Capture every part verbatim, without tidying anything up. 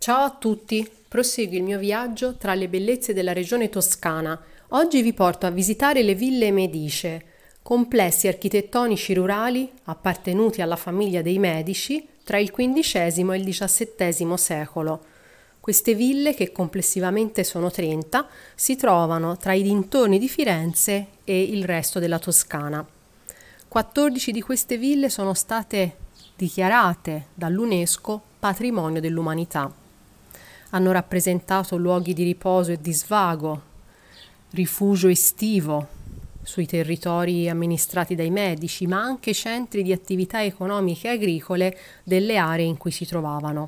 Ciao a tutti, proseguo il mio viaggio tra le bellezze della regione toscana. Oggi vi porto a visitare le Ville Medicie, complessi architettonici rurali appartenuti alla famiglia dei Medici tra il quindicesimo e il diciassettesimo secolo. Queste ville, che complessivamente sono trenta, si trovano tra i dintorni di Firenze e il resto della Toscana. quattordici di queste ville sono state dichiarate dall'UNESCO Patrimonio dell'Umanità. Hanno rappresentato luoghi di riposo e di svago, rifugio estivo sui territori amministrati dai Medici, ma anche centri di attività economiche e agricole delle aree in cui si trovavano.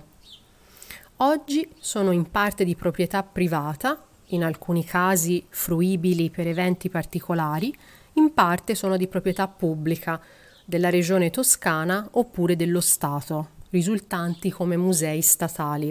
Oggi sono in parte di proprietà privata, in alcuni casi fruibili per eventi particolari, in parte sono di proprietà pubblica della regione toscana oppure dello Stato, risultanti come musei statali.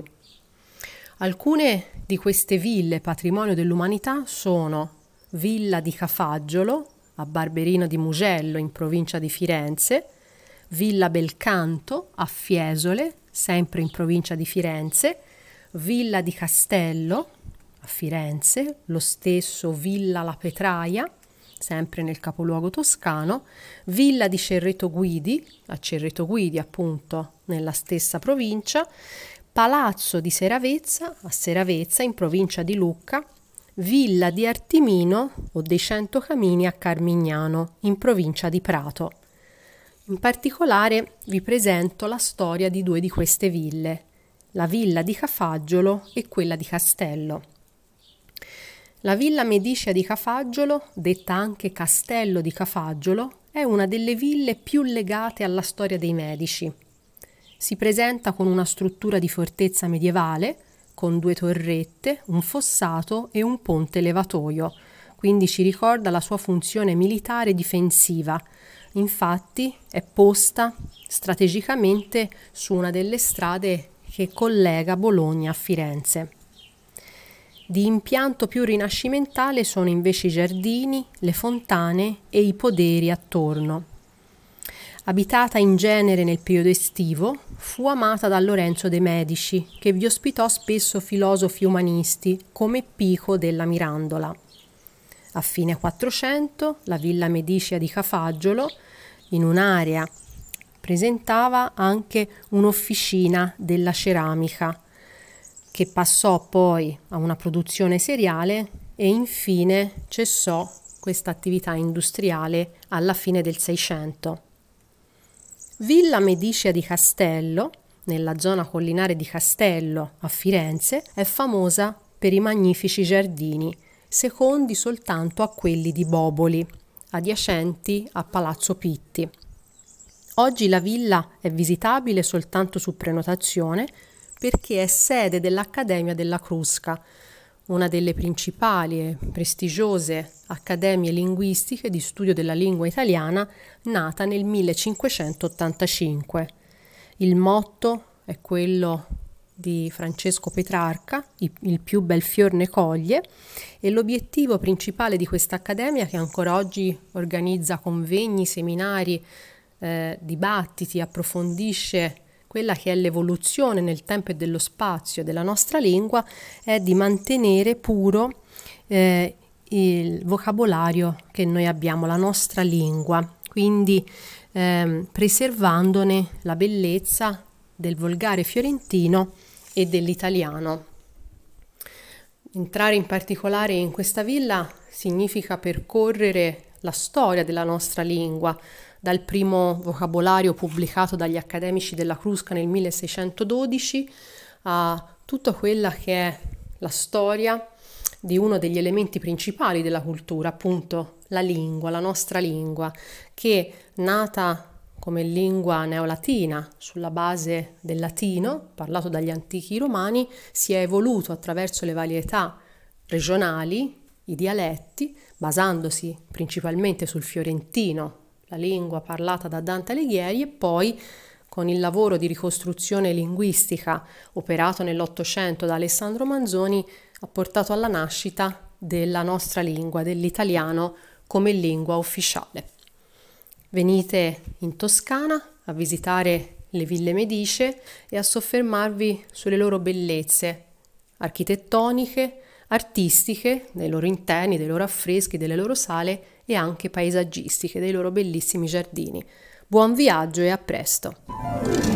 Alcune di queste ville patrimonio dell'umanità sono Villa di Cafaggiolo, a Barberino di Mugello, in provincia di Firenze, Villa Belcanto, a Fiesole, sempre in provincia di Firenze, Villa di Castello, a Firenze, lo stesso Villa La Petraia, sempre nel capoluogo toscano, Villa di Cerreto Guidi, a Cerreto Guidi appunto nella stessa provincia, Palazzo di Seravezza, a Seravezza, in provincia di Lucca, Villa di Artimino o dei Cento Camini a Carmignano, in provincia di Prato. In particolare vi presento la storia di due di queste ville, la Villa di Cafaggiolo e quella di Castello. La Villa Medicea di Cafaggiolo, detta anche Castello di Cafaggiolo, è una delle ville più legate alla storia dei Medici. Si presenta con una struttura di fortezza medievale, con due torrette, un fossato e un ponte levatoio, quindi ci ricorda la sua funzione militare difensiva. Infatti è posta strategicamente su una delle strade che collega Bologna a Firenze. Di impianto più rinascimentale sono invece i giardini, le fontane e i poderi attorno. Abitata in genere nel periodo estivo, fu amata da Lorenzo de' Medici, che vi ospitò spesso filosofi umanisti come Pico della Mirandola. A fine Quattrocento, la Villa Medicea di Cafaggiolo, in un'area, presentava anche un'officina della ceramica, che passò poi a una produzione seriale e infine cessò questa attività industriale alla fine del Seicento. Villa Medicea di Castello, nella zona collinare di Castello, a Firenze, è famosa per i magnifici giardini, secondi soltanto a quelli di Boboli, adiacenti a Palazzo Pitti. Oggi la villa è visitabile soltanto su prenotazione perché è sede dell'Accademia della Crusca, una delle principali e prestigiose accademie linguistiche di studio della lingua italiana, nata nel millecinquecentottantacinque. Il motto è quello di Francesco Petrarca, il più bel fior ne coglie, e l'obiettivo principale di questa accademia, che ancora oggi organizza convegni, seminari, eh, dibattiti, approfondisce quella che è l'evoluzione nel tempo e dello spazio della nostra lingua, è di mantenere puro eh, il vocabolario che noi abbiamo, la nostra lingua, quindi eh, preservandone la bellezza del volgare fiorentino e dell'italiano. Entrare in particolare in questa villa significa percorrere la storia della nostra lingua, dal primo vocabolario pubblicato dagli accademici della Crusca nel milleseicentododici a tutta quella che è la storia di uno degli elementi principali della cultura, appunto la lingua, la nostra lingua, che nata come lingua neolatina sulla base del latino, parlato dagli antichi romani, si è evoluto attraverso le varietà regionali, i dialetti, basandosi principalmente sul fiorentino, la lingua parlata da Dante Alighieri, e poi con il lavoro di ricostruzione linguistica operato nell'Ottocento da Alessandro Manzoni ha portato alla nascita della nostra lingua, dell'italiano come lingua ufficiale. Venite in Toscana a visitare le Ville Medicie e a soffermarvi sulle loro bellezze architettoniche, artistiche, dei loro interni, dei loro affreschi, delle loro sale e anche paesaggistiche, dei loro bellissimi giardini. Buon viaggio e a presto!